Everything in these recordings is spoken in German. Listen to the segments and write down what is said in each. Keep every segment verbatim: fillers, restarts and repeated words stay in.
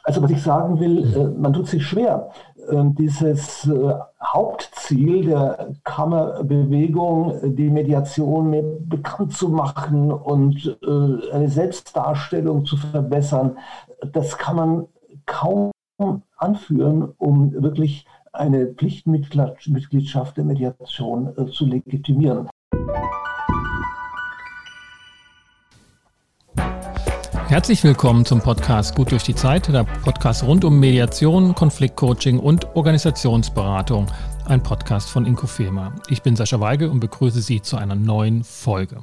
Also was ich sagen will, man tut sich schwer. Dieses Hauptziel der Kammerbewegung, die Mediation mehr bekannt zu machen und eine Selbstdarstellung zu verbessern, das kann man kaum anführen, um wirklich eine Pflichtmitgliedschaft der Mediation zu legitimieren. Herzlich willkommen zum Podcast Gut durch die Zeit, der Podcast rund um Mediation, Konfliktcoaching und Organisationsberatung, ein Podcast von Inkofema. Ich bin Sascha Weigel und begrüße Sie zu einer neuen Folge.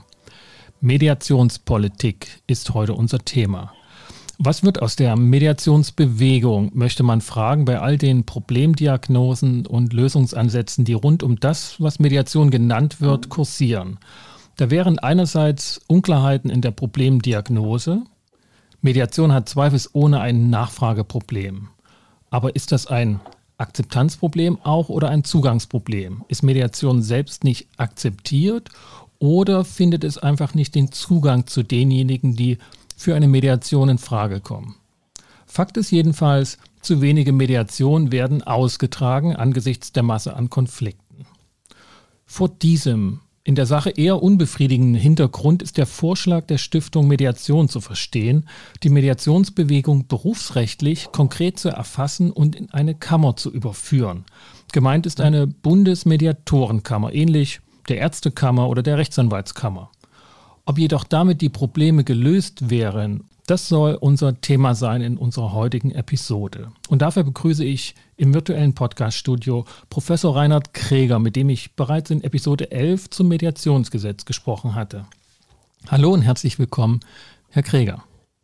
Mediationspolitik ist heute unser Thema. Was wird aus der Mediationsbewegung, möchte man fragen, bei all den Problemdiagnosen und Lösungsansätzen, die rund um das, was Mediation genannt wird, kursieren? Da wären einerseits Unklarheiten in der Problemdiagnose. Mediation hat zweifelsohne ein Nachfrageproblem. Aber ist das ein Akzeptanzproblem auch oder ein Zugangsproblem? Ist Mediation selbst nicht akzeptiert oder findet es einfach nicht den Zugang zu denjenigen, die für eine Mediation in Frage kommen? Fakt ist jedenfalls, zu wenige Mediationen werden ausgetragen angesichts der Masse an Konflikten. Vor diesem in der Sache eher unbefriedigenden Hintergrund ist der Vorschlag der Stiftung Mediation zu verstehen, die Mediationsbewegung berufsrechtlich konkret zu erfassen und in eine Kammer zu überführen. Gemeint ist eine Bundesmediatorenkammer, ähnlich der Ärztekammer oder der Rechtsanwaltskammer. Ob jedoch damit die Probleme gelöst wären, das soll unser Thema sein in unserer heutigen Episode. Und dafür begrüße ich im virtuellen Podcast-Studio Professor Reinhard Kräger, mit dem ich bereits in Episode elf zum Mediationsgesetz gesprochen hatte. Hallo und herzlich willkommen, Herr Kräger.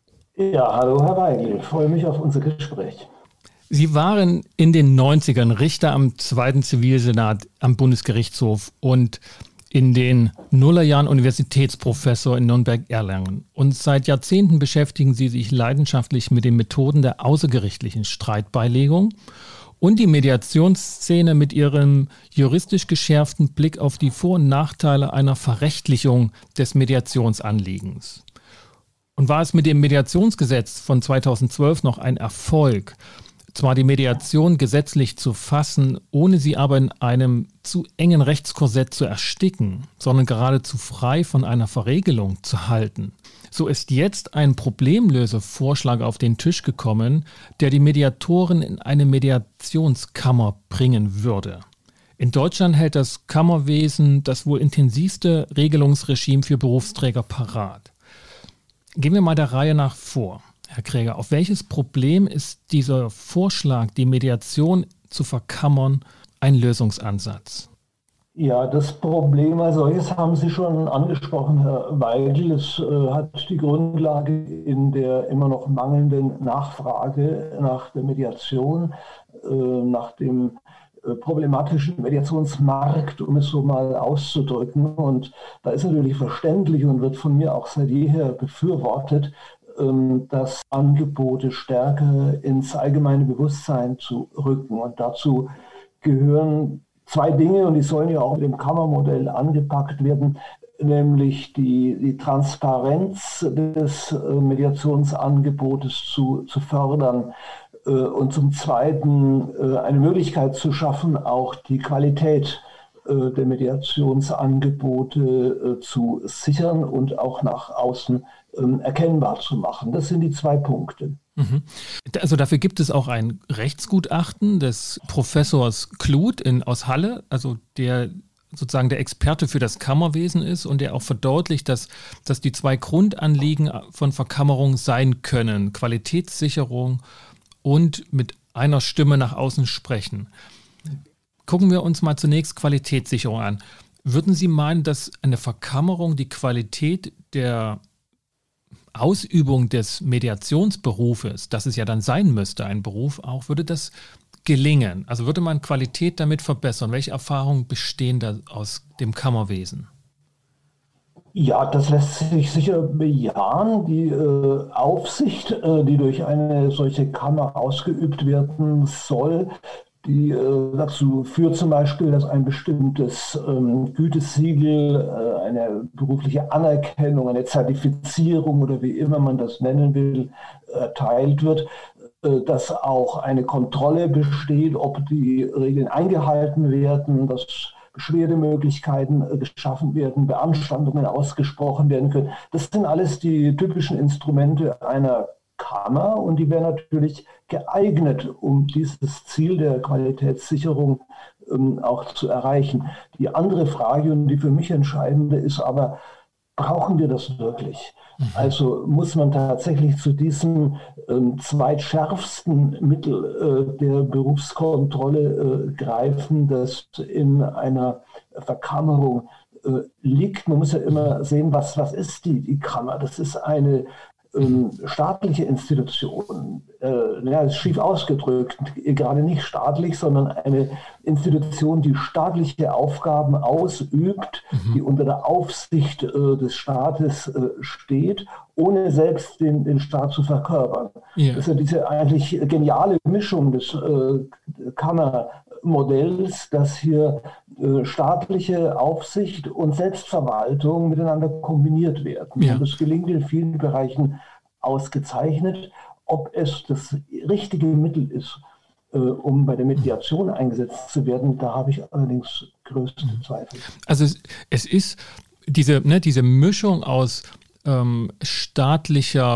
Ja, hallo Herr Weigel, ich freue mich auf unser Gespräch. Sie waren in den neunzigern Richter am zweiten Zivilsenat am Bundesgerichtshof und in den Nullerjahren Universitätsprofessor in Nürnberg-Erlangen. Und seit Jahrzehnten beschäftigen Sie sich leidenschaftlich mit den Methoden der außergerichtlichen Streitbeilegung und die Mediationsszene mit ihrem juristisch geschärften Blick auf die Vor- und Nachteile einer Verrechtlichung des Mediationsanliegens. Und war es mit dem Mediationsgesetz von zweitausendzwölf noch ein Erfolg, zwar die Mediation gesetzlich zu fassen, ohne sie aber in einem zu engen Rechtskorsett zu ersticken, sondern geradezu frei von einer Verregelung zu halten, so ist jetzt ein Problemlösevorschlag auf den Tisch gekommen, der die Mediatoren in eine Mediationskammer bringen würde. In Deutschland hält das Kammerwesen das wohl intensivste Regelungsregime für Berufsträger parat. Gehen wir mal der Reihe nach vor. Herr Kräger, auf welches Problem ist dieser Vorschlag, die Mediation zu verkammern, ein Lösungsansatz? Ja, das Problem als solches haben Sie schon angesprochen, Herr Weigel. Es äh, hat die Grundlage in der immer noch mangelnden Nachfrage nach der Mediation, äh, nach dem äh, problematischen Mediationsmarkt, um es so mal auszudrücken. Und da ist natürlich verständlich und wird von mir auch seit jeher befürwortet, dass Angebote stärker ins allgemeine Bewusstsein zu rücken. Und dazu gehören zwei Dinge, und die sollen ja auch mit dem Kammermodell angepackt werden, nämlich die, die Transparenz des Mediationsangebotes zu, zu fördern und zum Zweiten eine Möglichkeit zu schaffen, auch die Qualität der Mediationsangebote zu sichern und auch nach außen erkennbar zu machen. Das sind die zwei Punkte. Also dafür gibt es auch ein Rechtsgutachten des Professors Kluth in, aus Halle, also der sozusagen der Experte für das Kammerwesen ist und der auch verdeutlicht, dass, dass die zwei Grundanliegen von Verkammerung sein können: Qualitätssicherung und mit einer Stimme nach außen sprechen. Gucken wir uns mal zunächst Qualitätssicherung an. Würden Sie meinen, dass eine Verkammerung die Qualität der Ausübung des Mediationsberufes, das es ja dann sein müsste, ein Beruf auch, würde das gelingen? Also würde man Qualität damit verbessern? Welche Erfahrungen bestehen da aus dem Kammerwesen? Ja, das lässt sich sicher bejahen. Die äh, Aufsicht, äh, die durch eine solche Kammer ausgeübt werden soll, die äh, dazu führt zum Beispiel, dass ein bestimmtes ähm, Gütesiegel, äh, eine berufliche Anerkennung, eine Zertifizierung oder wie immer man das nennen will, erteilt wird. dass auch eine Kontrolle besteht, ob die Regeln eingehalten werden, dass Beschwerdemöglichkeiten geschaffen werden, Beanstandungen ausgesprochen werden können. Das sind alles die typischen Instrumente einer Kammer und die wären natürlich geeignet, um dieses Ziel der Qualitätssicherung ähm, auch zu erreichen. Die andere Frage und die für mich entscheidende ist aber, brauchen wir das wirklich? Mhm. Also muss man tatsächlich zu diesem ähm, zweitschärfsten Mittel äh, der Berufskontrolle äh, greifen, das in einer Verkammerung äh, liegt? Man muss ja immer sehen, was, was ist die, die Kammer? Das ist eine ähm, staatliche Institution, äh, ja, ist schief ausgedrückt, gerade nicht staatlich, sondern eine Institution, die staatliche Aufgaben ausübt, mhm. die unter der Aufsicht äh, des Staates äh, steht, ohne selbst den, den Staat zu verkörpern. Yeah. Das ist ja diese eigentlich geniale Mischung des äh, Kammermodells, dass hier äh, staatliche Aufsicht und Selbstverwaltung miteinander kombiniert werden. Yeah. Und das gelingt in vielen Bereichen ausgezeichnet. Ob es das richtige Mittel ist, um bei der Mediation eingesetzt zu werden, da habe ich allerdings größte Zweifel. Also es, es ist diese, ne, diese Mischung aus ähm, staatlicher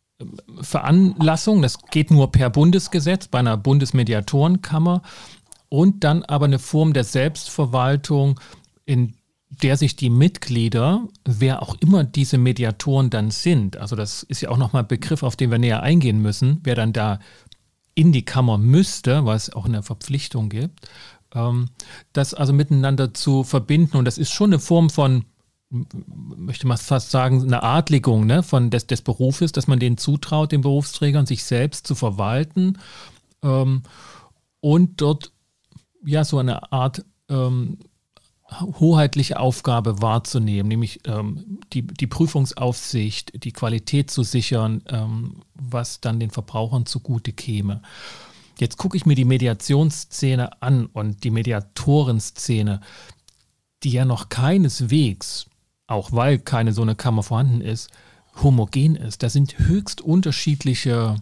Veranlassung, das geht nur per Bundesgesetz bei einer Bundesmediatorenkammer, und dann aber eine Form der Selbstverwaltung, in der sich die Mitglieder, wer auch immer diese Mediatoren dann sind, also das ist ja auch nochmal ein Begriff, auf den wir näher eingehen müssen, wer dann da in die Kammer müsste, weil es auch eine Verpflichtung gibt, ähm, das also miteinander zu verbinden. Und das ist schon eine Form von, möchte man fast sagen, eine Adligung, ne, von des, des Berufes, dass man denen zutraut, den Berufsträgern, sich selbst zu verwalten ähm, und dort ja so eine Art ähm, hoheitliche Aufgabe wahrzunehmen, nämlich ähm, die, die Prüfungsaufsicht, die Qualität zu sichern, ähm, was dann den Verbrauchern zugute käme. Jetzt gucke ich mir die Mediationsszene an und die Mediatorenszene, die ja noch keineswegs, auch weil keine so eine Kammer vorhanden ist, homogen ist. Da sind höchst unterschiedliche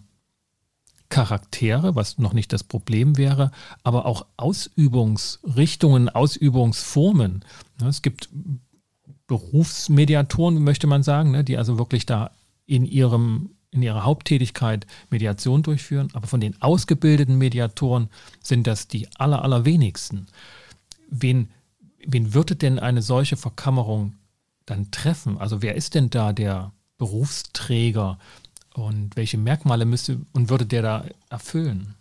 Charaktere, was noch nicht das Problem wäre, aber auch Ausübungsrichtungen, Ausübungsformen. Es gibt Berufsmediatoren, möchte man sagen, die also wirklich da in ihrem, in ihrer Haupttätigkeit Mediation durchführen, aber von den ausgebildeten Mediatoren sind das die aller, allerwenigsten. Wen, wen würde denn eine solche Verkammerung dann treffen? Also wer ist denn da der Berufsträger? Und welche Merkmale müsste und würde der da erfüllen?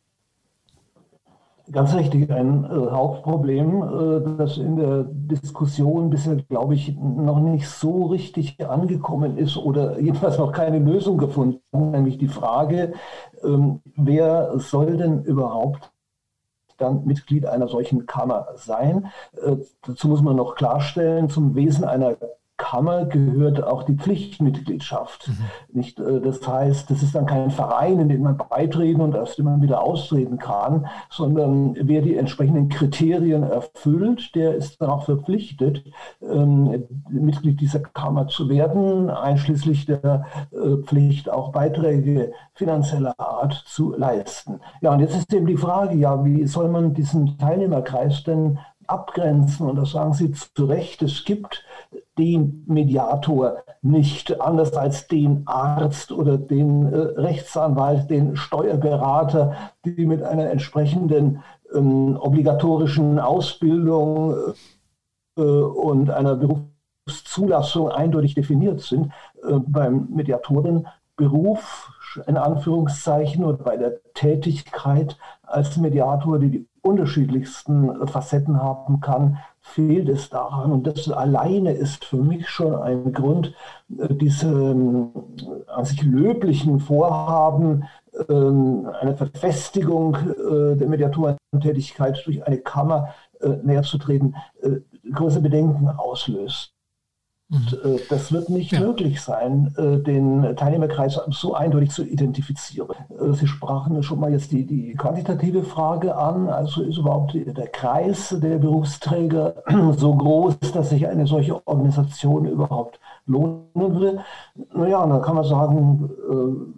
Ganz richtig, ein äh, Hauptproblem, äh, das in der Diskussion bisher, glaube ich, noch nicht so richtig angekommen ist oder jedenfalls noch keine Lösung gefunden, nämlich die Frage, ähm, wer soll denn überhaupt dann Mitglied einer solchen Kammer sein? Äh, dazu muss man noch klarstellen, zum Wesen einer Kammer gehört auch die Pflichtmitgliedschaft. Mhm. Nicht, das heißt, das ist dann kein Verein, in den man beitreten und aus dem man wieder austreten kann, sondern wer die entsprechenden Kriterien erfüllt, der ist dann auch verpflichtet, ähm, Mitglied dieser Kammer zu werden, einschließlich der äh, Pflicht, auch Beiträge finanzieller Art zu leisten. Ja, und jetzt ist eben die Frage, ja, wie soll man diesen Teilnehmerkreis denn abgrenzen? Und da sagen Sie zu Recht, es gibt den Mediator nicht, anders als den Arzt oder den äh, Rechtsanwalt, den Steuerberater, die mit einer entsprechenden ähm, obligatorischen Ausbildung äh, und einer Berufszulassung eindeutig definiert sind. Äh, beim Mediatorenberuf, in Anführungszeichen, oder bei der Tätigkeit als Mediator, die die unterschiedlichsten Facetten haben kann, fehlt es daran. Und das alleine ist für mich schon ein Grund, diese an sich löblichen Vorhaben, eine Verfestigung der Mediatorentätigkeit durch eine Kammer näher zu treten, große Bedenken auslöst. Und, äh, das wird nicht ja. möglich sein, äh, den Teilnehmerkreis so eindeutig zu identifizieren. Äh, Sie sprachen schon mal jetzt die, die quantitative Frage an. Also ist überhaupt der Kreis der Berufsträger so groß, dass sich eine solche Organisation überhaupt lohnen würde? Naja, und dann kann man sagen, äh,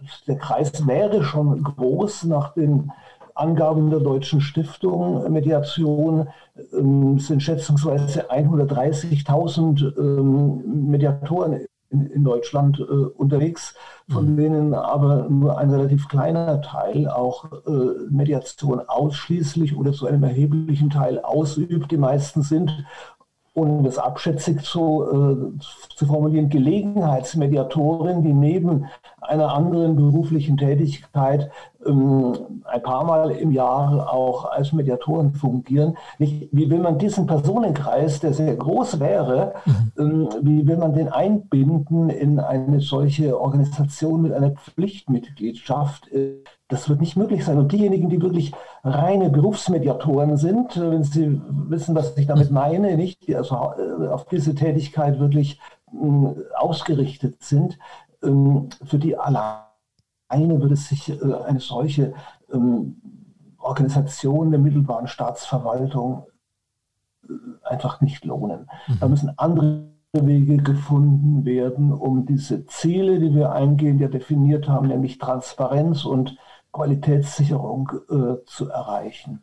der Kreis wäre schon groß nach den Angaben der Deutschen Stiftung Mediation, ähm, sind schätzungsweise hundertdreißigtausend ähm, Mediatoren in, in Deutschland äh, unterwegs, von mhm. denen aber nur ein relativ kleiner Teil auch äh, Mediation ausschließlich oder zu einem erheblichen Teil ausübt. Die meisten sind, um das abschätzig zu, äh, zu formulieren, Gelegenheitsmediatoren, die neben einer anderen beruflichen Tätigkeit ähm, ein paar Mal im Jahr auch als Mediatoren fungieren. Nicht, wie will man diesen Personenkreis, der sehr groß wäre, mhm. ähm, wie will man den einbinden in eine solche Organisation mit einer Pflichtmitgliedschaft? Das wird nicht möglich sein. Und diejenigen, die wirklich reine Berufsmediatoren sind, wenn Sie wissen, was ich damit meine, nicht, die also auf diese Tätigkeit wirklich äh, ausgerichtet sind, ähm, für die alleine würde es sich äh, eine solche ähm, Organisation der mittelbaren Staatsverwaltung äh, einfach nicht lohnen. Mhm. Da müssen andere Wege gefunden werden, um diese Ziele, die wir eingehend ja definiert haben, nämlich Transparenz und Qualitätssicherung äh, zu erreichen.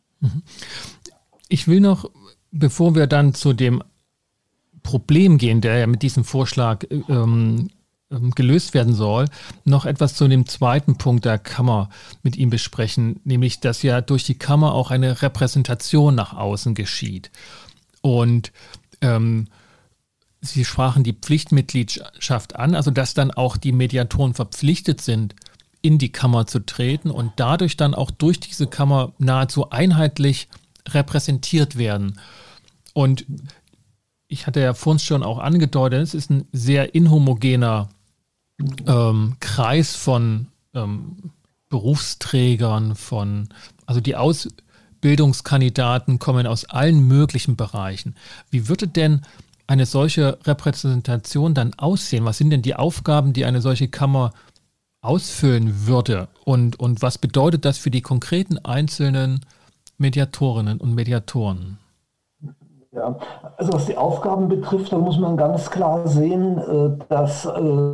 Ich will noch, bevor wir dann zu dem Problem gehen, der ja mit diesem Vorschlag ähm, gelöst werden soll, noch etwas zu dem zweiten Punkt der Kammer mit ihm besprechen, nämlich, dass ja durch die Kammer auch eine Repräsentation nach außen geschieht. Und ähm, Sie sprachen die Pflichtmitgliedschaft an, also dass dann auch die Mediatoren verpflichtet sind, in die Kammer zu treten und dadurch dann auch durch diese Kammer nahezu einheitlich repräsentiert werden. Und ich hatte ja vorhin schon auch angedeutet, es ist ein sehr inhomogener ähm, Kreis von ähm, Berufsträgern, von, also die Ausbildungskandidaten kommen aus allen möglichen Bereichen. Wie würde denn eine solche Repräsentation dann aussehen? Was sind denn die Aufgaben, die eine solche Kammer ausfüllen würde? Und, und was bedeutet das für die konkreten einzelnen Mediatorinnen und Mediatoren? Ja, also was die Aufgaben betrifft, da muss man ganz klar sehen, dass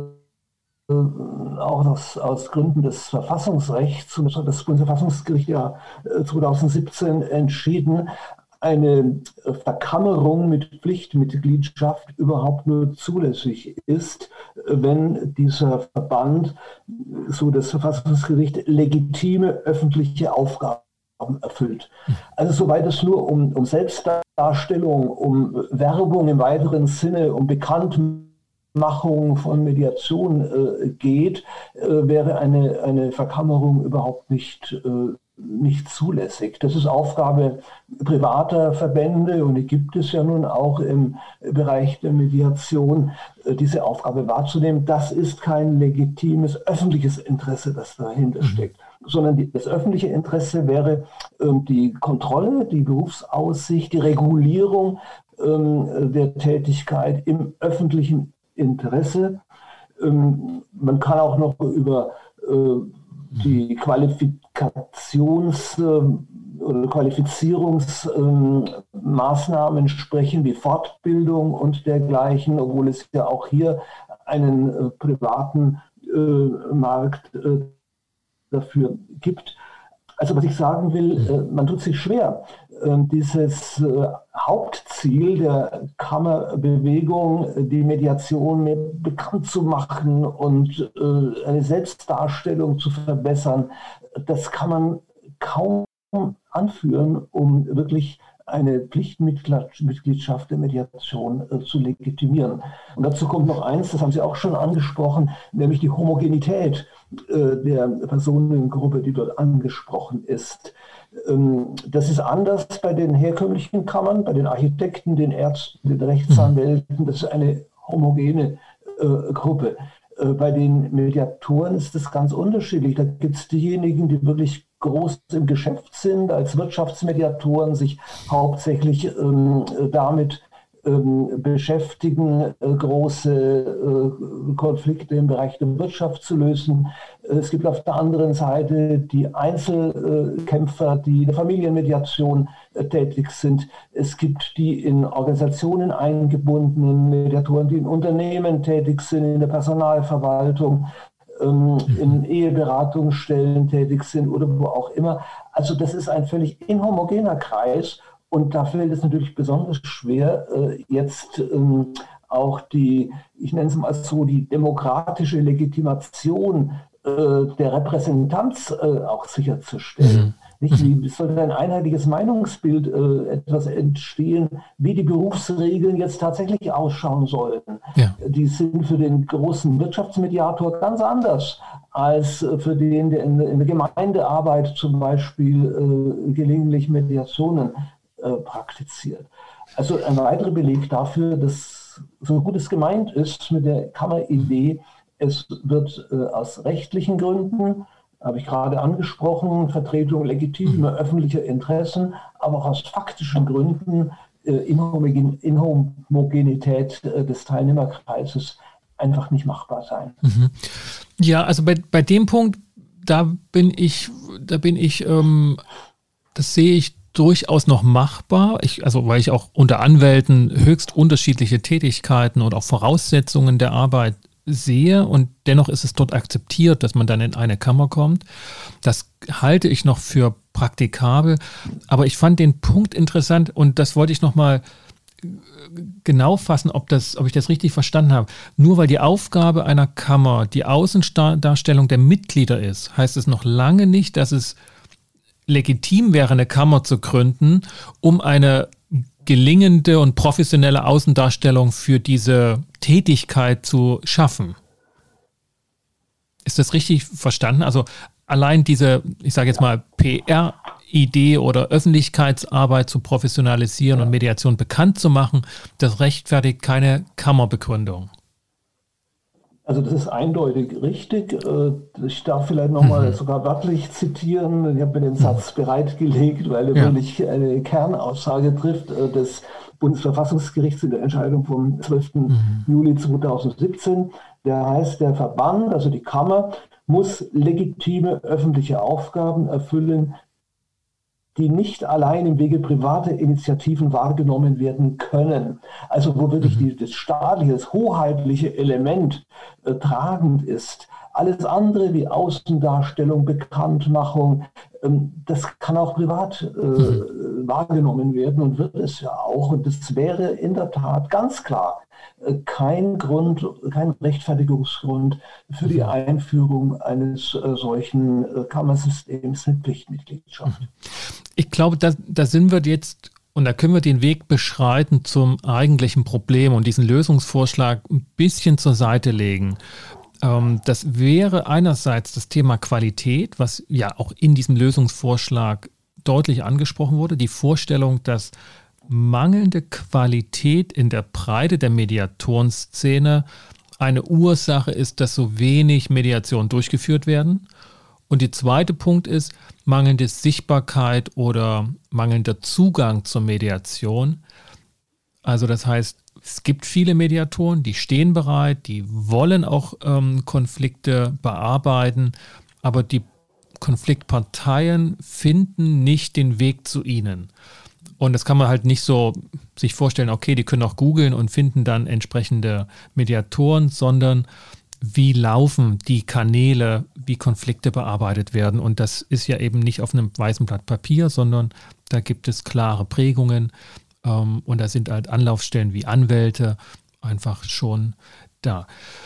auch das aus Gründen des Verfassungsrechts, und das hat das Bundesverfassungsgericht ja zweitausendsiebzehn entschieden, eine Verkammerung mit Pflichtmitgliedschaft überhaupt nur zulässig ist, wenn dieser Verband, so das Verfassungsgericht, legitime öffentliche Aufgaben erfüllt. Also soweit es nur um, um Selbstdarstellung, um Werbung im weiteren Sinne, um Bekanntmachung von Mediation äh, geht, äh, wäre eine, eine Verkammerung überhaupt nicht äh, nicht zulässig. Das ist Aufgabe privater Verbände und die gibt es ja nun auch im Bereich der Mediation, diese Aufgabe wahrzunehmen. Das ist kein legitimes öffentliches Interesse, das dahinter steckt, sondern die, das öffentliche Interesse wäre ähm, die Kontrolle, die Berufsaussicht, die Regulierung ähm, der Tätigkeit im öffentlichen Interesse. Ähm, man kann auch noch über äh, die Qualifikations- oder Qualifizierungsmaßnahmen sprechen, wie Fortbildung und dergleichen, obwohl es ja auch hier einen äh, privaten äh, Markt äh, dafür gibt. Also was ich sagen will, äh, man tut sich schwer, äh, dieses äh, Hauptziel der Kammerbewegung, die Mediation mehr bekannt zu machen und äh, eine Selbstdarstellung zu verbessern, das kann man kaum anführen, um wirklich eine Pflichtmitgliedschaft der Mediation äh, zu legitimieren. Und dazu kommt noch eins, das haben Sie auch schon angesprochen, nämlich die Homogenität äh, der Personengruppe, die dort angesprochen ist. Ähm, das ist anders bei den herkömmlichen Kammern, bei den Architekten, den Ärzten, den Rechtsanwälten. Das ist eine homogene äh, Gruppe. Äh, bei den Mediatoren ist das ganz unterschiedlich. Da gibt es diejenigen, die wirklich groß im Geschäft sind, als Wirtschaftsmediatoren sich hauptsächlich ähm, damit ähm, beschäftigen, äh, große äh, Konflikte im Bereich der Wirtschaft zu lösen. Es gibt auf der anderen Seite die Einzelkämpfer, die in der Familienmediation äh, tätig sind. Es gibt die in Organisationen eingebundenen Mediatoren, die in Unternehmen tätig sind, in der Personalverwaltung. ähm, in Eheberatungsstellen tätig sind oder wo auch immer. Also das ist ein völlig inhomogener Kreis und da fällt es natürlich besonders schwer, äh, jetzt ähm, auch die, ich nenne es mal so, die demokratische Legitimation äh, der Repräsentanz äh, auch sicherzustellen. Mhm. Nicht? Wie soll ein einheitliches Meinungsbild äh, etwas entstehen, wie die Berufsregeln jetzt tatsächlich ausschauen sollten? Ja. Die sind für den großen Wirtschaftsmediator ganz anders als für den, der in, in der Gemeindearbeit zum Beispiel äh, gelegentlich Mediationen äh, praktiziert. Also ein weiterer Beleg dafür, dass so gut es gemeint ist mit der Kammeridee, es wird äh, aus rechtlichen Gründen, habe ich gerade angesprochen, Vertretung legitimer öffentlicher Interessen, aber auch aus faktischen Gründen, äh, Inhomogen Inhomogenität äh, des Teilnehmerkreises einfach nicht machbar sein. Mhm. Ja, also bei, bei dem Punkt, da bin ich, da bin ich, ähm, das sehe ich durchaus noch machbar. Ich, also weil ich auch unter Anwälten höchst unterschiedliche Tätigkeiten und auch Voraussetzungen der Arbeit sehe und dennoch ist es dort akzeptiert, dass man dann in eine Kammer kommt. Das halte ich noch für praktikabel, aber ich fand den Punkt interessant und das wollte ich nochmal genau fassen, ob, das, ob ich das richtig verstanden habe. Nur weil die Aufgabe einer Kammer die Außendarstellung der Mitglieder ist, heißt es noch lange nicht, dass es legitim wäre, eine Kammer zu gründen, um eine gelingende und professionelle Außendarstellung für diese Tätigkeit zu schaffen. Ist das richtig verstanden? Also allein diese, ich sage jetzt mal, P R-Idee oder Öffentlichkeitsarbeit zu professionalisieren ja. und Mediation bekannt zu machen, das rechtfertigt keine Kammerbegründung. Also das ist eindeutig richtig. Ich darf vielleicht nochmal mhm. sogar wörtlich zitieren. Ich habe mir den Satz mhm. bereitgelegt, weil er ja. wirklich eine Kernaussage trifft des Bundesverfassungsgerichts in der Entscheidung vom zwölften Mhm. Juli zweitausendsiebzehn. Der heißt, der Verband, also die Kammer, muss legitime öffentliche Aufgaben erfüllen, die nicht allein im Wege privater Initiativen wahrgenommen werden können. Also wo wirklich die, das staatliche, das hoheitliche Element äh, tragend ist. Alles andere wie Außendarstellung, Bekanntmachung, ähm, das kann auch privat äh, mhm. wahrgenommen werden und wird es ja auch. Und das wäre in der Tat ganz klar äh, kein Grund, kein Rechtfertigungsgrund für die Einführung eines äh, solchen äh, Kammersystems mit Pflichtmitgliedschaft. Ich glaube, da, da sind wir jetzt und da können wir den Weg beschreiten zum eigentlichen Problem und diesen Lösungsvorschlag ein bisschen zur Seite legen. Das wäre einerseits das Thema Qualität, was ja auch in diesem Lösungsvorschlag deutlich angesprochen wurde. Die Vorstellung, dass mangelnde Qualität in der Breite der Mediatorenszene eine Ursache ist, dass so wenig Mediationen durchgeführt werden. Und der zweite Punkt ist mangelnde Sichtbarkeit oder mangelnder Zugang zur Mediation. Also das heißt, es gibt viele Mediatoren, die stehen bereit, die wollen auch ähm, Konflikte bearbeiten, aber die Konfliktparteien finden nicht den Weg zu ihnen. Und das kann man halt nicht so sich vorstellen, okay, die können auch googeln und finden dann entsprechende Mediatoren, sondern wie laufen die Kanäle, wie Konflikte bearbeitet werden. Und das ist ja eben nicht auf einem weißen Blatt Papier, sondern da gibt es klare Prägungen. Und da sind halt Anlaufstellen wie Anwälte einfach schon da.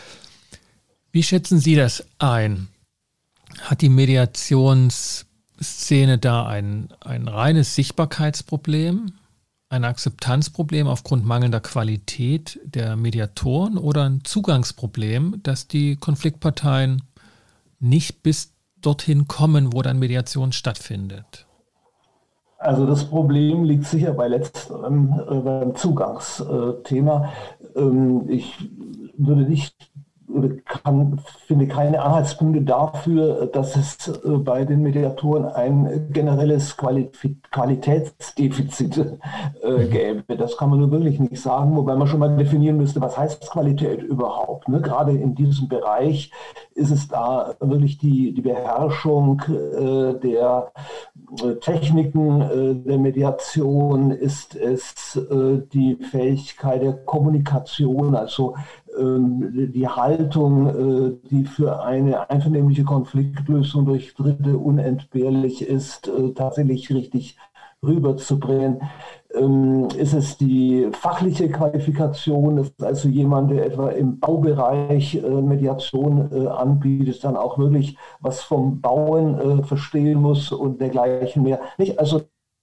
Wie schätzen Sie das ein? Hat die Mediationsszene da ein, ein reines Sichtbarkeitsproblem, ein Akzeptanzproblem aufgrund mangelnder Qualität der Mediatoren oder ein Zugangsproblem, dass die Konfliktparteien nicht bis dorthin kommen, wo dann Mediation stattfindet? Also das Problem liegt sicher bei letzterem, äh, beim Zugangsthema. Ähm, ich würde nicht oder kann, finde keine Anhaltspunkte dafür, dass es äh, bei den Mediatoren ein generelles Quali Qualitätsdefizit äh, gäbe. Das kann man nur wirklich nicht sagen, wobei man schon mal definieren müsste, was heißt Qualität überhaupt. Ne? Gerade in diesem Bereich ist es da wirklich die, die Beherrschung äh, der Techniken äh, der Mediation, ist es äh, die Fähigkeit der Kommunikation, also die Haltung, die für eine einvernehmliche Konfliktlösung durch Dritte unentbehrlich ist, tatsächlich richtig rüberzubringen. Ist es die fachliche Qualifikation, ist also jemand, der etwa im Baubereich Mediation anbietet, dann auch wirklich was vom Bauen verstehen muss und dergleichen mehr. Nicht? Also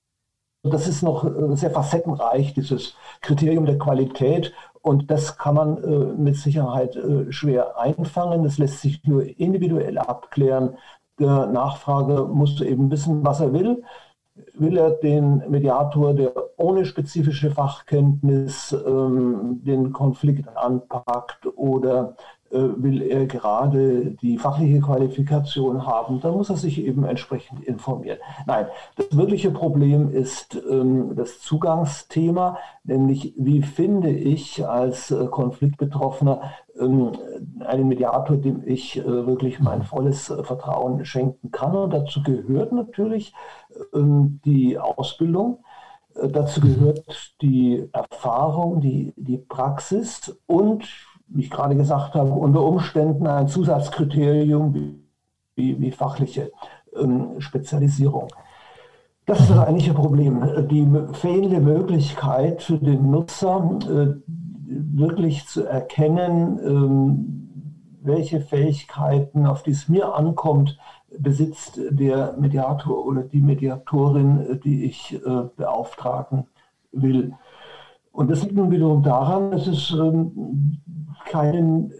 das ist noch sehr facettenreich, dieses Kriterium der Qualität. Und das kann man äh, mit Sicherheit äh, schwer einfangen. Das lässt sich nur individuell abklären. Der Nachfrager muss eben wissen, was er will. Will er den Mediator, der ohne spezifische Fachkenntnis ähm, den Konflikt anpackt, oder äh, will er gerade die fachliche Qualifikation haben, dann muss er sich eben entsprechend informieren. Nein, das wirkliche Problem ist ähm, das Zugangsthema, nämlich wie finde ich als äh, Konfliktbetroffener ähm, einen Mediator, dem ich äh, wirklich mein volles äh, Vertrauen schenken kann. Und dazu gehört natürlich ähm, die Ausbildung. Äh, dazu gehört die Erfahrung, die, die Praxis und, wie ich gerade gesagt habe, unter Umständen ein Zusatzkriterium wie, wie, wie fachliche ähm, Spezialisierung. Das ist das eigentliche Problem. Die fehlende Möglichkeit für den Nutzer, äh, wirklich zu erkennen, ähm, welche Fähigkeiten, auf die es mir ankommt, besitzt der Mediator oder die Mediatorin, die ich äh, beauftragen will. Und das liegt nun wiederum daran, dass es ähm, keinen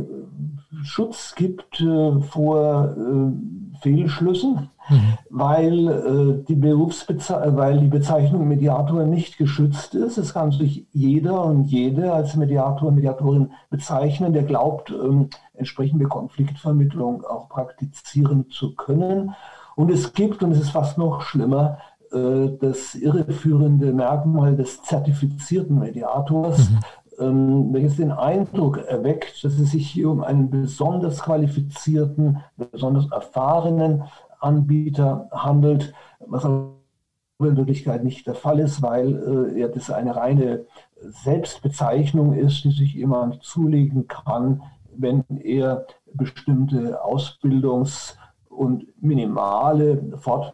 äh, Schutz gibt äh, vor äh, Fehlschlüssen, mhm. weil, äh, die Berufsbeze- weil die Bezeichnung Mediator nicht geschützt ist. Es kann sich jeder und jede als Mediator und Mediatorin bezeichnen, der glaubt, ähm, entsprechende Konfliktvermittlung auch praktizieren zu können. Und es gibt, und es ist fast noch schlimmer, das irreführende Merkmal des zertifizierten Mediators, mhm. welches den Eindruck erweckt, dass es sich hier um einen besonders qualifizierten, besonders erfahrenen Anbieter handelt, was aber in Wirklichkeit nicht der Fall ist, weil äh, das eine reine Selbstbezeichnung ist, die sich jemand zulegen kann, wenn er bestimmte Ausbildungs- und minimale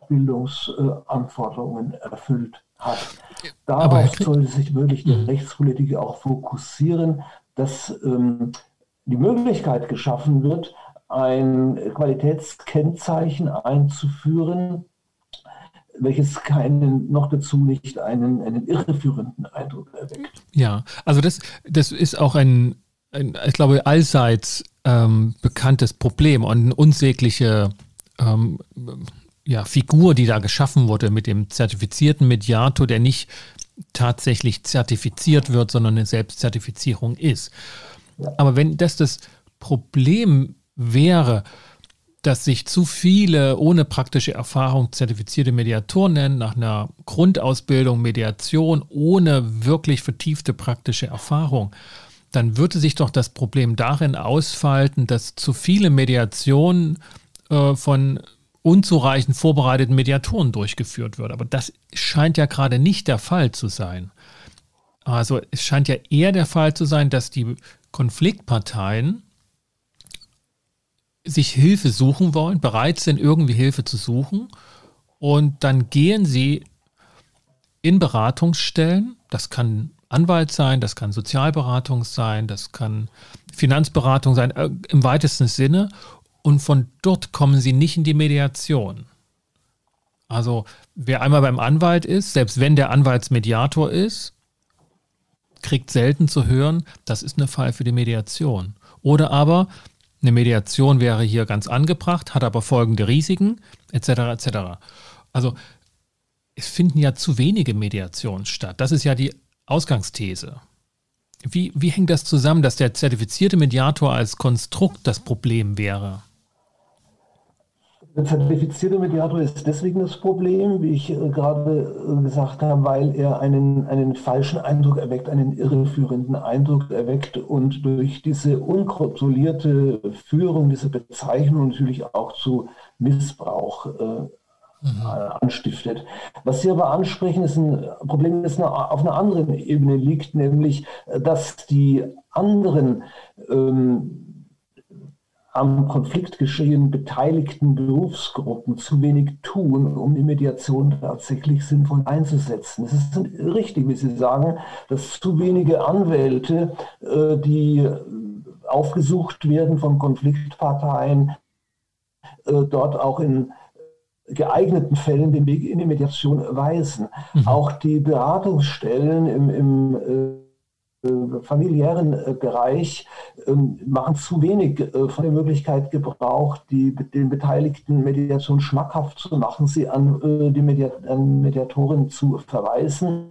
Fortbildungsanforderungen erfüllt hat. Darauf sollte sich wirklich die Rechtspolitik auch fokussieren, dass ähm, die Möglichkeit geschaffen wird, ein Qualitätskennzeichen einzuführen, welches keinen, noch dazu nicht einen, einen irreführenden Eindruck erweckt. Ja, also das, das ist auch ein, ein ich glaube, allseits ähm, bekanntes Problem und eine unsägliche ähm, ja, Figur, die da geschaffen wurde mit dem zertifizierten Mediator, der nicht tatsächlich zertifiziert wird, sondern eine Selbstzertifizierung ist. Ja. Aber wenn das das Problem wäre, dass sich zu viele ohne praktische Erfahrung zertifizierte Mediatoren nennen, nach einer Grundausbildung Mediation ohne wirklich vertiefte praktische Erfahrung, dann würde sich doch das Problem darin ausfalten, dass zu viele Mediationen äh, von unzureichend vorbereiteten Mediatoren durchgeführt wird. Aber das scheint ja gerade nicht der Fall zu sein. Also es scheint ja eher der Fall zu sein, dass die Konfliktparteien sich Hilfe suchen wollen, bereit sind, irgendwie Hilfe zu suchen, und dann gehen sie in Beratungsstellen, das kann Anwalt sein, das kann Sozialberatung sein, das kann Finanzberatung sein, äh, im weitesten Sinne, und von dort kommen sie nicht in die Mediation. Also wer einmal beim Anwalt ist, selbst wenn der Anwaltsmediator ist, kriegt selten zu hören, das ist eine Fall für die Mediation. Oder aber eine Mediation wäre hier ganz angebracht, hat aber folgende Risiken, et cetera et cetera. Also es finden ja zu wenige Mediationen statt. Das ist ja die Ausgangsthese. Wie, wie hängt das zusammen, dass der zertifizierte Mediator als Konstrukt das Problem wäre? Der zertifizierte Mediator ist deswegen das Problem, wie ich äh, gerade äh, gesagt habe, weil er einen, einen falschen Eindruck erweckt, einen irreführenden Eindruck erweckt und durch diese unkontrollierte Führung dieser Bezeichnung natürlich auch zu Missbrauch äh, mhm. anstiftet. Was Sie aber ansprechen, ist ein Problem, das auf einer anderen Ebene liegt, nämlich, dass die anderen ähm, am Konfliktgeschehen beteiligten Berufsgruppen zu wenig tun, um die Mediation tatsächlich sinnvoll einzusetzen. Es ist richtig, wie Sie sagen, dass zu wenige Anwälte, äh, die aufgesucht werden von Konfliktparteien, äh, dort auch in geeigneten Fällen den Weg in die Mediation weisen. Mhm. Auch die Beratungsstellen im, im äh, familiären Bereich machen zu wenig von der Möglichkeit Gebrauch, die, den Beteiligten Mediation schmackhaft zu machen, sie an die Mediat- an Mediatoren zu verweisen,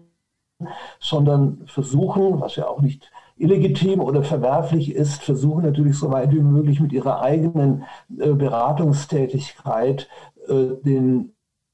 sondern versuchen, was ja auch nicht illegitim oder verwerflich ist, versuchen natürlich so weit wie möglich mit ihrer eigenen Beratungstätigkeit den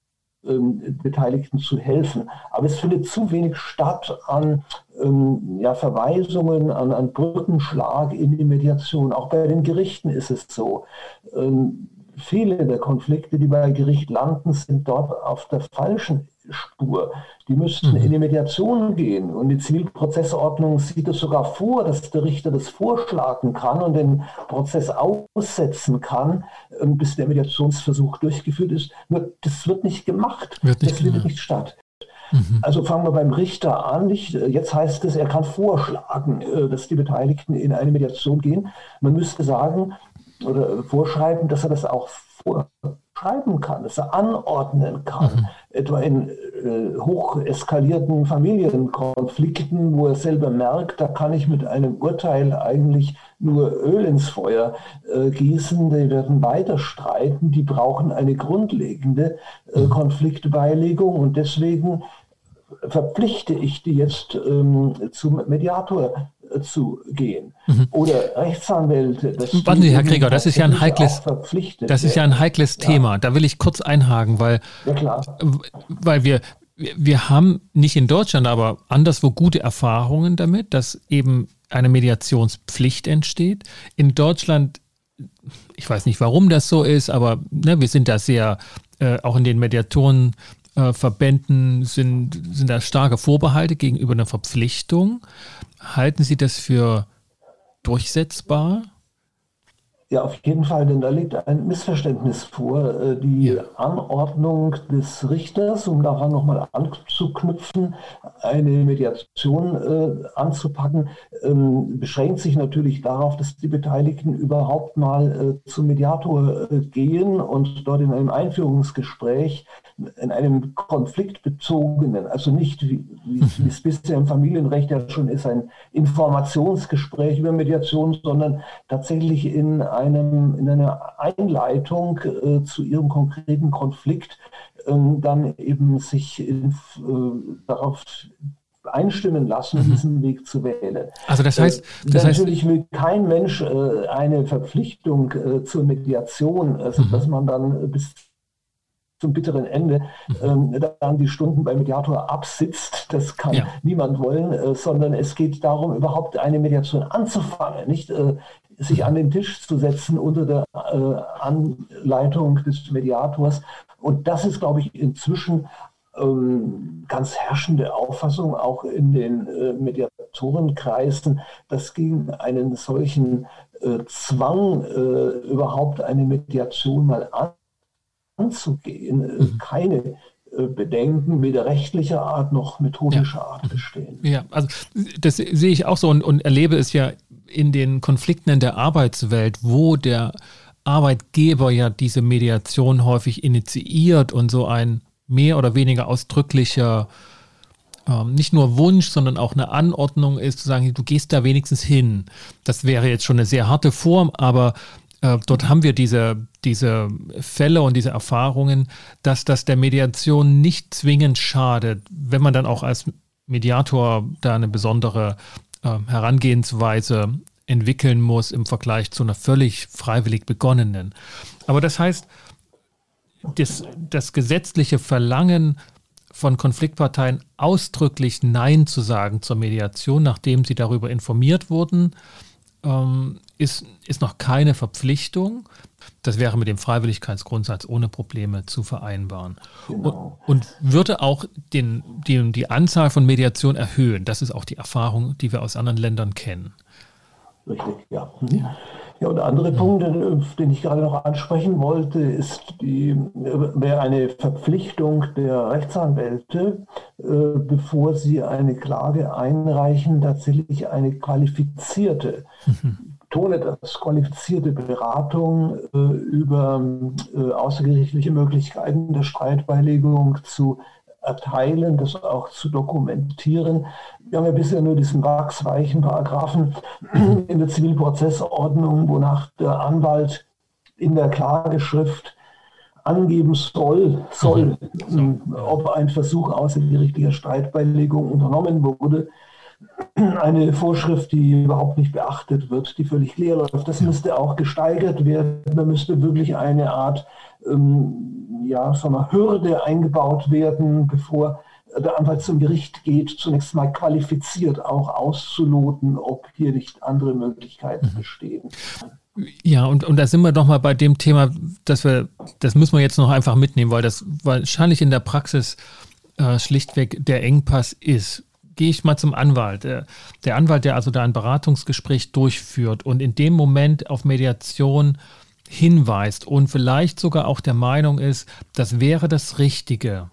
Beteiligten zu helfen. Aber es findet zu wenig statt an ähm, ja, Verweisungen, an, an Brückenschlag in die Mediation. Auch bei den Gerichten ist es so. Ähm, viele der Konflikte, die bei Gericht landen, sind dort auf der falschen Spur. Die müssten mhm. in die Mediation gehen. Und die Zivilprozessordnung sieht es sogar vor, dass der Richter das vorschlagen kann und den Prozess aussetzen kann, bis der Mediationsversuch durchgeführt ist. Nur das wird nicht gemacht. Wird nicht das findet nicht statt. Mhm. Also fangen wir beim Richter an. Nicht? Jetzt heißt es, er kann vorschlagen, dass die Beteiligten in eine Mediation gehen. Man müsste sagen oder vorschreiben, dass er das auch vorschreiben kann, dass er anordnen kann. Mhm. Etwa in äh, hoch eskalierten Familienkonflikten, wo er selber merkt, da kann ich mit einem Urteil eigentlich nur Öl ins Feuer äh, gießen, die werden weiter streiten, die brauchen eine grundlegende äh, Konfliktbeilegung und deswegen verpflichte ich die jetzt ähm, zum Mediator äh, zu gehen. Mhm. Oder Rechtsanwälte. Warten Sie, Herr Gregor, das ist ja ein heikles, das ist ja ein heikles ja. Thema. Da will ich kurz einhaken, weil, ja, klar. weil wir, wir haben nicht in Deutschland, aber anderswo gute Erfahrungen damit, dass eben eine Mediationspflicht entsteht. In Deutschland, ich weiß nicht, warum das so ist, aber ne, wir sind da sehr, äh, auch in den Mediatoren Verbänden sind, sind da starke Vorbehalte gegenüber einer Verpflichtung. Halten Sie das für durchsetzbar? Ja, auf jeden Fall, denn da liegt ein Missverständnis vor. Die ja. Anordnung des Richters, um daran nochmal anzuknüpfen, eine Mediation äh, anzupacken, ähm, beschränkt sich natürlich darauf, dass die Beteiligten überhaupt mal äh, zum Mediator äh, gehen und dort in einem Einführungsgespräch, in einem konfliktbezogenen, also nicht wie, wie, wie es bisher im Familienrecht ja schon ist, ein Informationsgespräch über Mediation, sondern tatsächlich in einem, in einer Einleitung äh, zu ihrem konkreten Konflikt äh, dann eben sich in, äh, darauf einstimmen lassen, mhm. diesen Weg zu wählen. Also das heißt, das natürlich heißt, will kein Mensch äh, eine Verpflichtung äh, zur Mediation, also mhm. dass man dann bis zum bitteren Ende ähm, dann die Stunden beim Mediator absitzt. Das kann ja. niemand wollen, äh, sondern es geht darum, überhaupt eine Mediation anzufangen, nicht äh, sich an den Tisch zu setzen unter der äh, Anleitung des Mediators. Und das ist, glaube ich, inzwischen ähm, ganz herrschende Auffassung, auch in den äh, Mediatorenkreisen, dass gegen einen solchen äh, Zwang, äh, überhaupt eine Mediation mal an anzugehen, mhm. keine äh, Bedenken weder rechtlicher Art noch methodischer ja. Art bestehen. Ja, also das sehe ich auch so und, und erlebe es ja in den Konflikten in der Arbeitswelt, wo der Arbeitgeber ja diese Mediation häufig initiiert und so ein mehr oder weniger ausdrücklicher ähm, nicht nur Wunsch, sondern auch eine Anordnung ist, zu sagen, du gehst da wenigstens hin. Das wäre jetzt schon eine sehr harte Form, aber Äh, dort haben wir diese, diese Fälle und diese Erfahrungen, dass das der Mediation nicht zwingend schadet, wenn man dann auch als Mediator da eine besondere äh, Herangehensweise entwickeln muss im Vergleich zu einer völlig freiwillig begonnenen. Aber das heißt, das, das gesetzliche Verlangen von Konfliktparteien ausdrücklich Nein zu sagen zur Mediation, nachdem sie darüber informiert wurden, ähm, ist, ist noch keine Verpflichtung. Das wäre mit dem Freiwilligkeitsgrundsatz ohne Probleme zu vereinbaren. Genau. Und, und würde auch den, die, die Anzahl von Mediationen erhöhen. Das ist auch die Erfahrung, die wir aus anderen Ländern kennen. Richtig, ja. Ja. Ja, und der andere Punkt, den ich gerade noch ansprechen wollte, ist die, wäre eine Verpflichtung der Rechtsanwälte, äh, bevor sie eine Klage einreichen, tatsächlich eine qualifizierte, mhm. betone das, qualifizierte Beratung äh, über äh, außergerichtliche Möglichkeiten der Streitbeilegung zu erteilen, das auch zu dokumentieren. Wir haben ja bisher nur diesen wachsweichen Paragraphen in der Zivilprozessordnung, wonach der Anwalt in der Klageschrift angeben soll, soll, mhm. ob ein Versuch außergerichtlicher Streitbeilegung unternommen wurde. Eine Vorschrift, die überhaupt nicht beachtet wird, die völlig leer läuft. Das müsste auch gesteigert werden. Da müsste wirklich eine Art ähm, ja, so eine Hürde eingebaut werden, bevor der Anwalt zum Gericht geht, zunächst mal qualifiziert auch auszuloten, ob hier nicht andere Möglichkeiten bestehen. Ja, und, und da sind wir doch mal bei dem Thema, dass wir, das müssen wir jetzt noch einfach mitnehmen, weil das wahrscheinlich in der Praxis äh, schlichtweg der Engpass ist. Gehe ich mal zum Anwalt. Der, der Anwalt, der also da ein Beratungsgespräch durchführt und in dem Moment auf Mediation hinweist und vielleicht sogar auch der Meinung ist, das wäre das Richtige.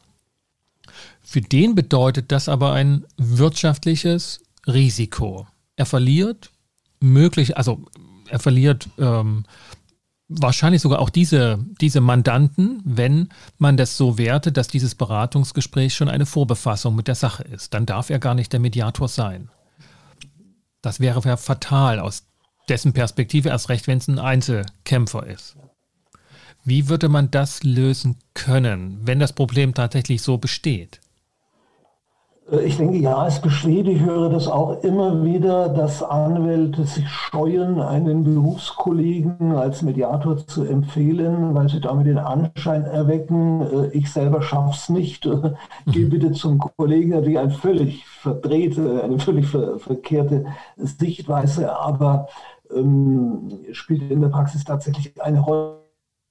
Für den bedeutet das aber ein wirtschaftliches Risiko. Er verliert möglich, also er verliert ähm, wahrscheinlich sogar auch diese, diese Mandanten, wenn man das so wertet, dass dieses Beratungsgespräch schon eine Vorbefassung mit der Sache ist. Dann darf er gar nicht der Mediator sein. Das wäre ja fatal aus dessen Perspektive, erst recht, wenn es ein Einzelkämpfer ist. Wie würde man das lösen können, wenn das Problem tatsächlich so besteht? Ich denke, ja, es besteht. Ich höre das auch immer wieder, dass Anwälte sich scheuen, einen Berufskollegen als Mediator zu empfehlen, weil sie damit den Anschein erwecken, ich selber schaffe es nicht, mhm. Geh bitte zum Kollegen, natürlich eine völlig verdrehte, eine völlig ver- verkehrte Sichtweise, aber ähm, spielt in der Praxis tatsächlich eine Rolle.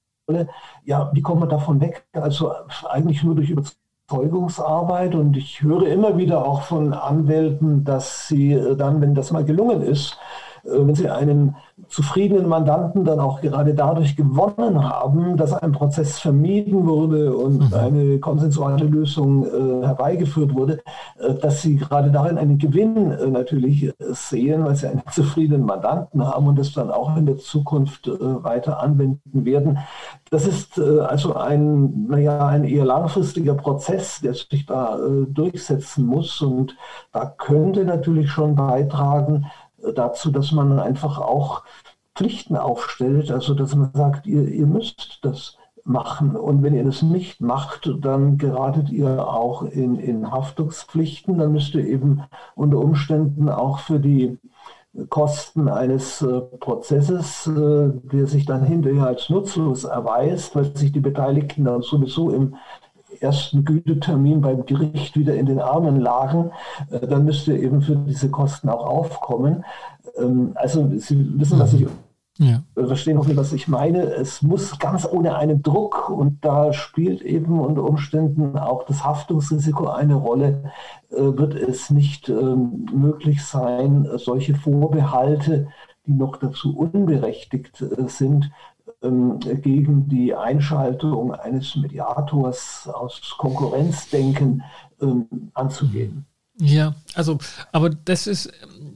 Ja, wie kommt man davon weg? Also eigentlich nur durch Überzeugung. Überzeugungsarbeit, und ich höre immer wieder auch von Anwälten, dass sie dann, wenn das mal gelungen ist, wenn sie einen zufriedenen Mandanten dann auch gerade dadurch gewonnen haben, dass ein Prozess vermieden wurde und mhm. eine konsensuale Lösung äh, herbeigeführt wurde, äh, dass sie gerade darin einen Gewinn äh, natürlich äh, sehen, weil sie einen zufriedenen Mandanten haben und das dann auch in der Zukunft äh, weiter anwenden werden. Das ist äh, also ein, naja, ein eher langfristiger Prozess, der sich da äh, durchsetzen muss, und da könnte natürlich schon beitragen dazu, dass man einfach auch Pflichten aufstellt, also dass man sagt, ihr, ihr müsst das machen, und wenn ihr das nicht macht, dann geratet ihr auch in, in Haftungspflichten, dann müsst ihr eben unter Umständen auch für die Kosten eines äh, Prozesses, äh, der sich dann hinterher als nutzlos erweist, weil sich die Beteiligten dann sowieso im ersten Gütetermin beim Gericht wieder in den Armen lagen, äh, dann müsste eben für diese Kosten auch aufkommen. Ähm, also Sie wissen, was ich ja. verstehen hoffentlich, was ich meine. Es muss ganz ohne einen Druck, und da spielt eben unter Umständen auch das Haftungsrisiko eine Rolle, äh, wird es nicht ähm, möglich sein, solche Vorbehalte, die noch dazu unberechtigt äh, sind, gegen die Einschaltung eines Mediators aus Konkurrenzdenken ähm, anzugehen. Ja, also, aber das ist,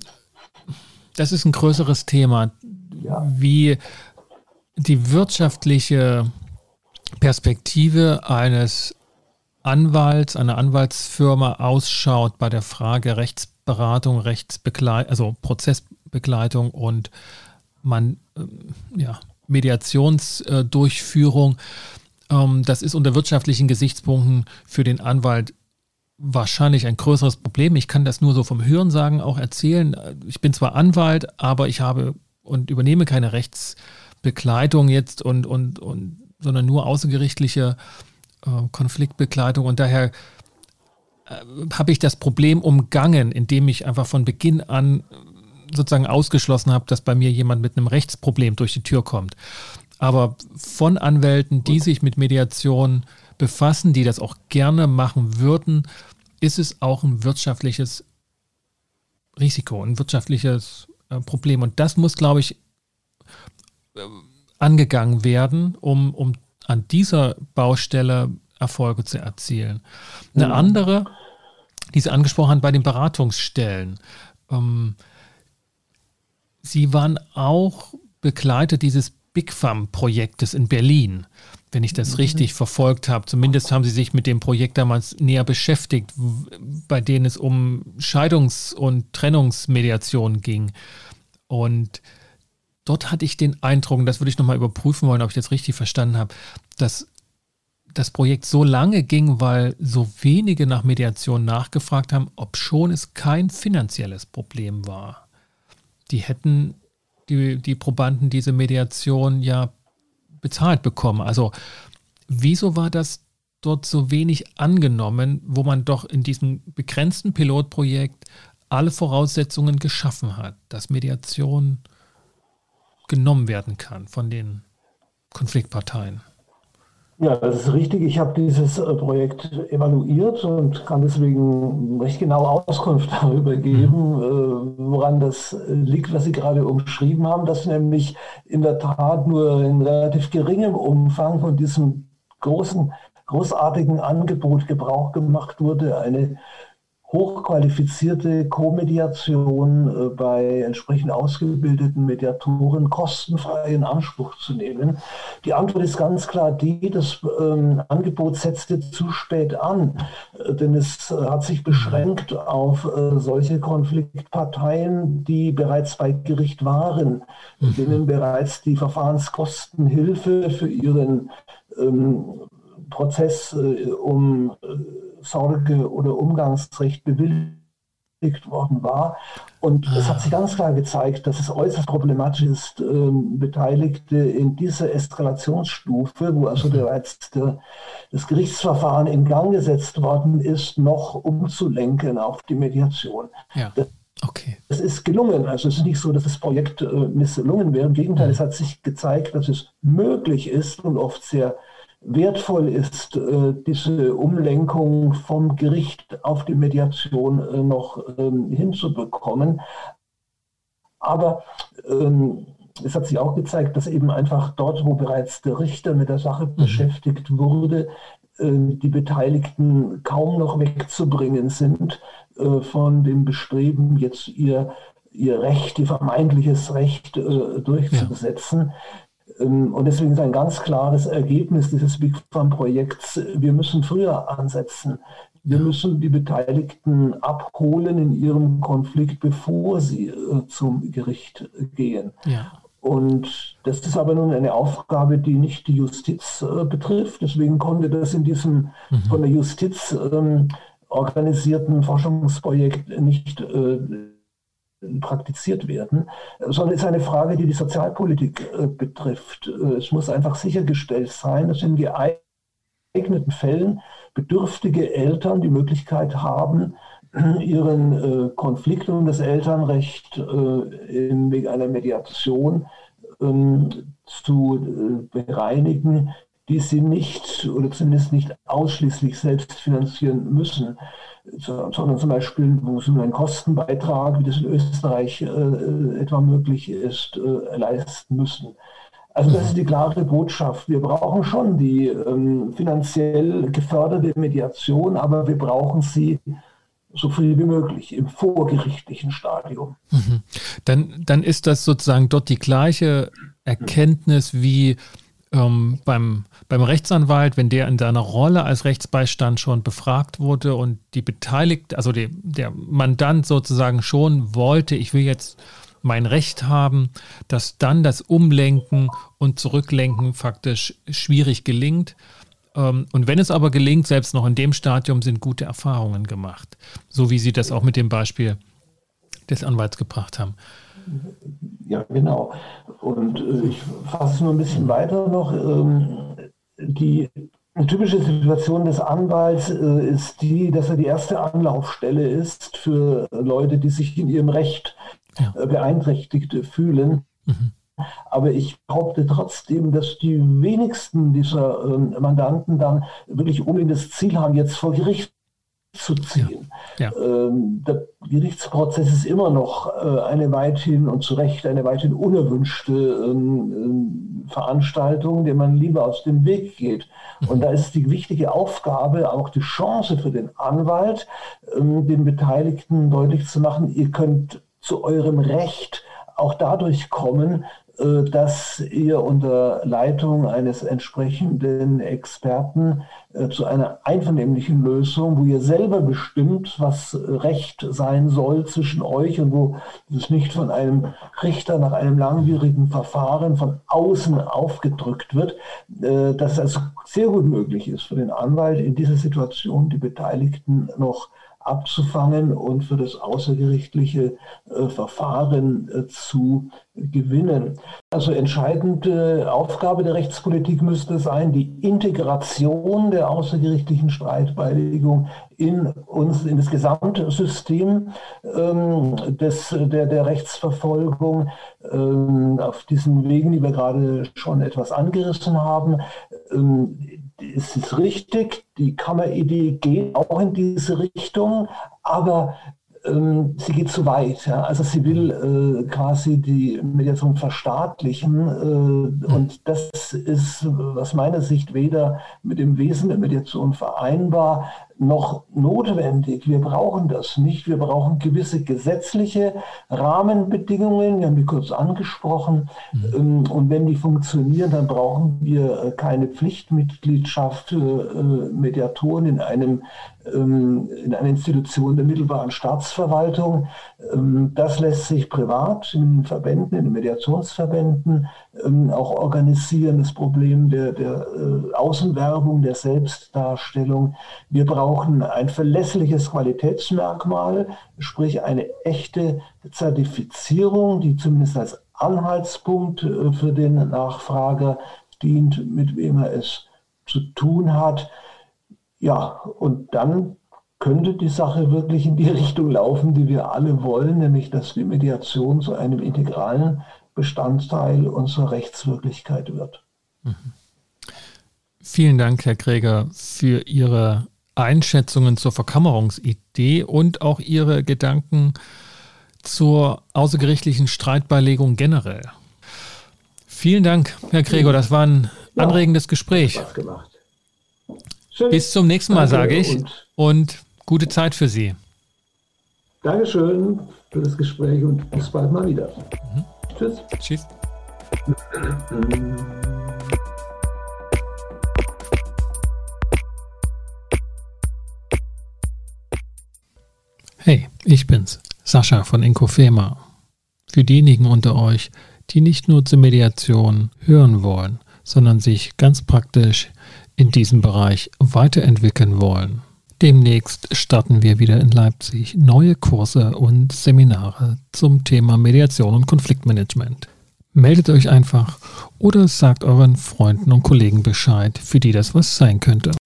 das ist ein größeres Thema, ja. Wie die wirtschaftliche Perspektive eines Anwalts, einer Anwaltsfirma ausschaut bei der Frage Rechtsberatung, Rechtsbegleitung, also Prozessbegleitung und man, ja, Mediationsdurchführung. Das ist unter wirtschaftlichen Gesichtspunkten für den Anwalt wahrscheinlich ein größeres Problem. Ich kann das nur so vom Hörensagen auch erzählen. Ich bin zwar Anwalt, aber ich habe und übernehme keine Rechtsbegleitung jetzt und, und, und sondern nur außergerichtliche äh, Konfliktbegleitung, und daher äh, habe ich das Problem umgangen, indem ich einfach von Beginn an sozusagen ausgeschlossen habe, dass bei mir jemand mit einem Rechtsproblem durch die Tür kommt. Aber von Anwälten, die sich mit Mediation befassen, die das auch gerne machen würden, ist es auch ein wirtschaftliches Risiko, ein wirtschaftliches äh, Problem. Und das muss, glaube ich, äh, angegangen werden, um, um an dieser Baustelle Erfolge zu erzielen. Eine mhm. andere, die Sie angesprochen haben, bei den Beratungsstellen. Ähm, Sie waren auch Begleiter dieses Big Fam-Projektes in Berlin, wenn ich das mhm. richtig verfolgt habe. Zumindest haben Sie sich mit dem Projekt damals näher beschäftigt, bei denen es um Scheidungs- und Trennungsmediation ging. Und dort hatte ich den Eindruck, das würde ich nochmal überprüfen wollen, ob ich das richtig verstanden habe, dass das Projekt so lange ging, weil so wenige nach Mediation nachgefragt haben, obschon es kein finanzielles Problem war. Die hätten die, die Probanden diese Mediation ja bezahlt bekommen. Also wieso war das dort so wenig angenommen, wo man doch in diesem begrenzten Pilotprojekt alle Voraussetzungen geschaffen hat, dass Mediation genommen werden kann von den Konfliktparteien? Ja, das ist richtig. Ich habe dieses äh, Projekt evaluiert und kann deswegen recht genau Auskunft darüber geben, mhm. äh, woran das liegt, was Sie gerade umschrieben haben, dass nämlich in der Tat nur in relativ geringem Umfang von diesem großen, großartigen Angebot Gebrauch gemacht wurde, eine hochqualifizierte Co-Mediation äh, bei entsprechend ausgebildeten Mediatoren kostenfrei in Anspruch zu nehmen. Die Antwort ist ganz klar die, das ähm, Angebot setzte zu spät an, äh, denn es äh, hat sich beschränkt auf äh, solche Konfliktparteien, die bereits bei Gericht waren, mhm. denen bereits die Verfahrenskostenhilfe für ihren ähm, Prozess äh, um äh, Sorge- oder Umgangsrecht bewilligt worden war. Und ah. es hat sich ganz klar gezeigt, dass es äußerst problematisch ist, ähm, Beteiligte in dieser Eskalationsstufe, wo also bereits der, das Gerichtsverfahren in Gang gesetzt worden ist, noch umzulenken auf die Mediation. Ja. Okay. Es ist gelungen. Also es ist nicht so, dass das Projekt äh, misslungen wäre. Im Gegenteil, mhm. es hat sich gezeigt, dass es möglich ist und oft sehr wertvoll ist, äh, diese Umlenkung vom Gericht auf die Mediation äh, noch ähm, hinzubekommen. Aber ähm, es hat sich auch gezeigt, dass eben einfach dort, wo bereits der Richter mit der Sache mhm. beschäftigt wurde, äh, die Beteiligten kaum noch wegzubringen sind äh, von dem Bestreben, jetzt ihr, ihr Recht, ihr vermeintliches Recht äh, durchzusetzen. Ja. Und deswegen ist ein ganz klares Ergebnis dieses Big Fam-Projekts, wir müssen früher ansetzen. Wir müssen die Beteiligten abholen in ihrem Konflikt, bevor sie äh, zum Gericht gehen. Ja. Und das ist aber nun eine Aufgabe, die nicht die Justiz äh, betrifft. Deswegen konnte das in diesem mhm. von der Justiz ähm, organisierten Forschungsprojekt nicht äh, praktiziert werden, sondern es ist eine Frage, die die Sozialpolitik äh, betrifft. Es muss einfach sichergestellt sein, dass in geeigneten Fällen bedürftige Eltern die Möglichkeit haben, ihren äh, Konflikt um das Elternrecht äh, in, wegen einer Mediation äh, zu äh, bereinigen, die sie nicht oder zumindest nicht ausschließlich selbst finanzieren müssen, sondern zum Beispiel, wo sie nur einen Kostenbeitrag, wie das in Österreich äh, etwa möglich ist, äh, leisten müssen. Also das ist die klare Botschaft. Wir brauchen schon die ähm, finanziell geförderte Mediation, aber wir brauchen sie so früh wie möglich im vorgerichtlichen Stadium. Mhm. Dann, dann ist das sozusagen dort die gleiche Erkenntnis wie ähm, beim, beim Rechtsanwalt, wenn der in seiner Rolle als Rechtsbeistand schon befragt wurde und die Beteiligte, also die, der Mandant sozusagen schon wollte, ich will jetzt mein Recht haben, dass dann das Umlenken und Zurücklenken faktisch schwierig gelingt. Und wenn es aber gelingt, selbst noch in dem Stadium sind gute Erfahrungen gemacht, so wie Sie das auch mit dem Beispiel des Anwalts gebracht haben. Ja, genau. Und äh, ich fasse es nur ein bisschen weiter noch. Ähm, die typische Situation des Anwalts äh, ist die, dass er die erste Anlaufstelle ist für Leute, die sich in ihrem Recht ja. äh, beeinträchtigt fühlen. Mhm. Aber ich behaupte trotzdem, dass die wenigsten dieser äh, Mandanten dann wirklich unbedingt das Ziel haben, jetzt vor Gericht zu ziehen. Ja. Ja. Ähm, der Gerichtsprozess ist immer noch äh, eine weithin und zu Recht eine weithin unerwünschte ähm, Veranstaltung, der man lieber aus dem Weg geht. Mhm. Und da ist es die wichtige Aufgabe, auch die Chance für den Anwalt, ähm, den Beteiligten deutlich zu machen, ihr könnt zu eurem Recht auch dadurch kommen, dass ihr unter Leitung eines entsprechenden Experten zu einer einvernehmlichen Lösung, wo ihr selber bestimmt, was Recht sein soll zwischen euch und wo es nicht von einem Richter nach einem langwierigen Verfahren von außen aufgedrückt wird, dass es also sehr gut möglich ist für den Anwalt in dieser Situation die Beteiligten noch abzufangen und für das außergerichtliche äh, Verfahren äh, zu gewinnen. Also entscheidende Aufgabe der Rechtspolitik müsste sein, die Integration der außergerichtlichen Streitbeilegung in uns, in das Gesamtsystem ähm, des, der, der Rechtsverfolgung, ähm, auf diesen Wegen, die wir gerade schon etwas angerissen haben. Ähm, es ist richtig, die Kammeridee geht auch in diese Richtung, aber ähm, sie geht zu weit. Ja? Also sie will äh, quasi die Mediation verstaatlichen äh, und das ist aus meiner Sicht weder mit dem Wesen der Mediation vereinbar noch notwendig. Wir brauchen das nicht. Wir brauchen gewisse gesetzliche Rahmenbedingungen. Wir haben die kurz angesprochen. Mhm. Und wenn die funktionieren, dann brauchen wir keine Pflichtmitgliedschaft für Mediatoren in einem in einer Institution der mittelbaren Staatsverwaltung. Das lässt sich privat in den Verbänden, in den Mediationsverbänden auch organisieren. Das Problem der, der Außenwerbung, der Selbstdarstellung. Wir brauchen ein verlässliches Qualitätsmerkmal, sprich eine echte Zertifizierung, die zumindest als Anhaltspunkt für den Nachfrager dient, mit wem er es zu tun hat. Ja, und dann könnte die Sache wirklich in die Richtung laufen, die wir alle wollen, nämlich dass die Mediation zu einem integralen Bestandteil unserer Rechtswirklichkeit wird. Mhm. Vielen Dank, Herr Kräger, für Ihre Einschätzungen zur Verkammerungsidee und auch Ihre Gedanken zur außergerichtlichen Streitbeilegung generell. Vielen Dank, Herr Kräger, das war ein ja, anregendes Gespräch. Spaß gemacht. Bis zum nächsten Mal, sage ich, und, und gute Zeit für Sie. Dankeschön für das Gespräch und bis bald mal wieder. Mhm. Tschüss. Tschüss. Hey, ich bin's, Sascha von Inkofema. Für diejenigen unter euch, die nicht nur zur Mediation hören wollen, sondern sich ganz praktisch in diesem Bereich weiterentwickeln wollen. Demnächst starten wir wieder in Leipzig neue Kurse und Seminare zum Thema Mediation und Konfliktmanagement. Meldet euch einfach oder sagt euren Freunden und Kollegen Bescheid, für die das was sein könnte.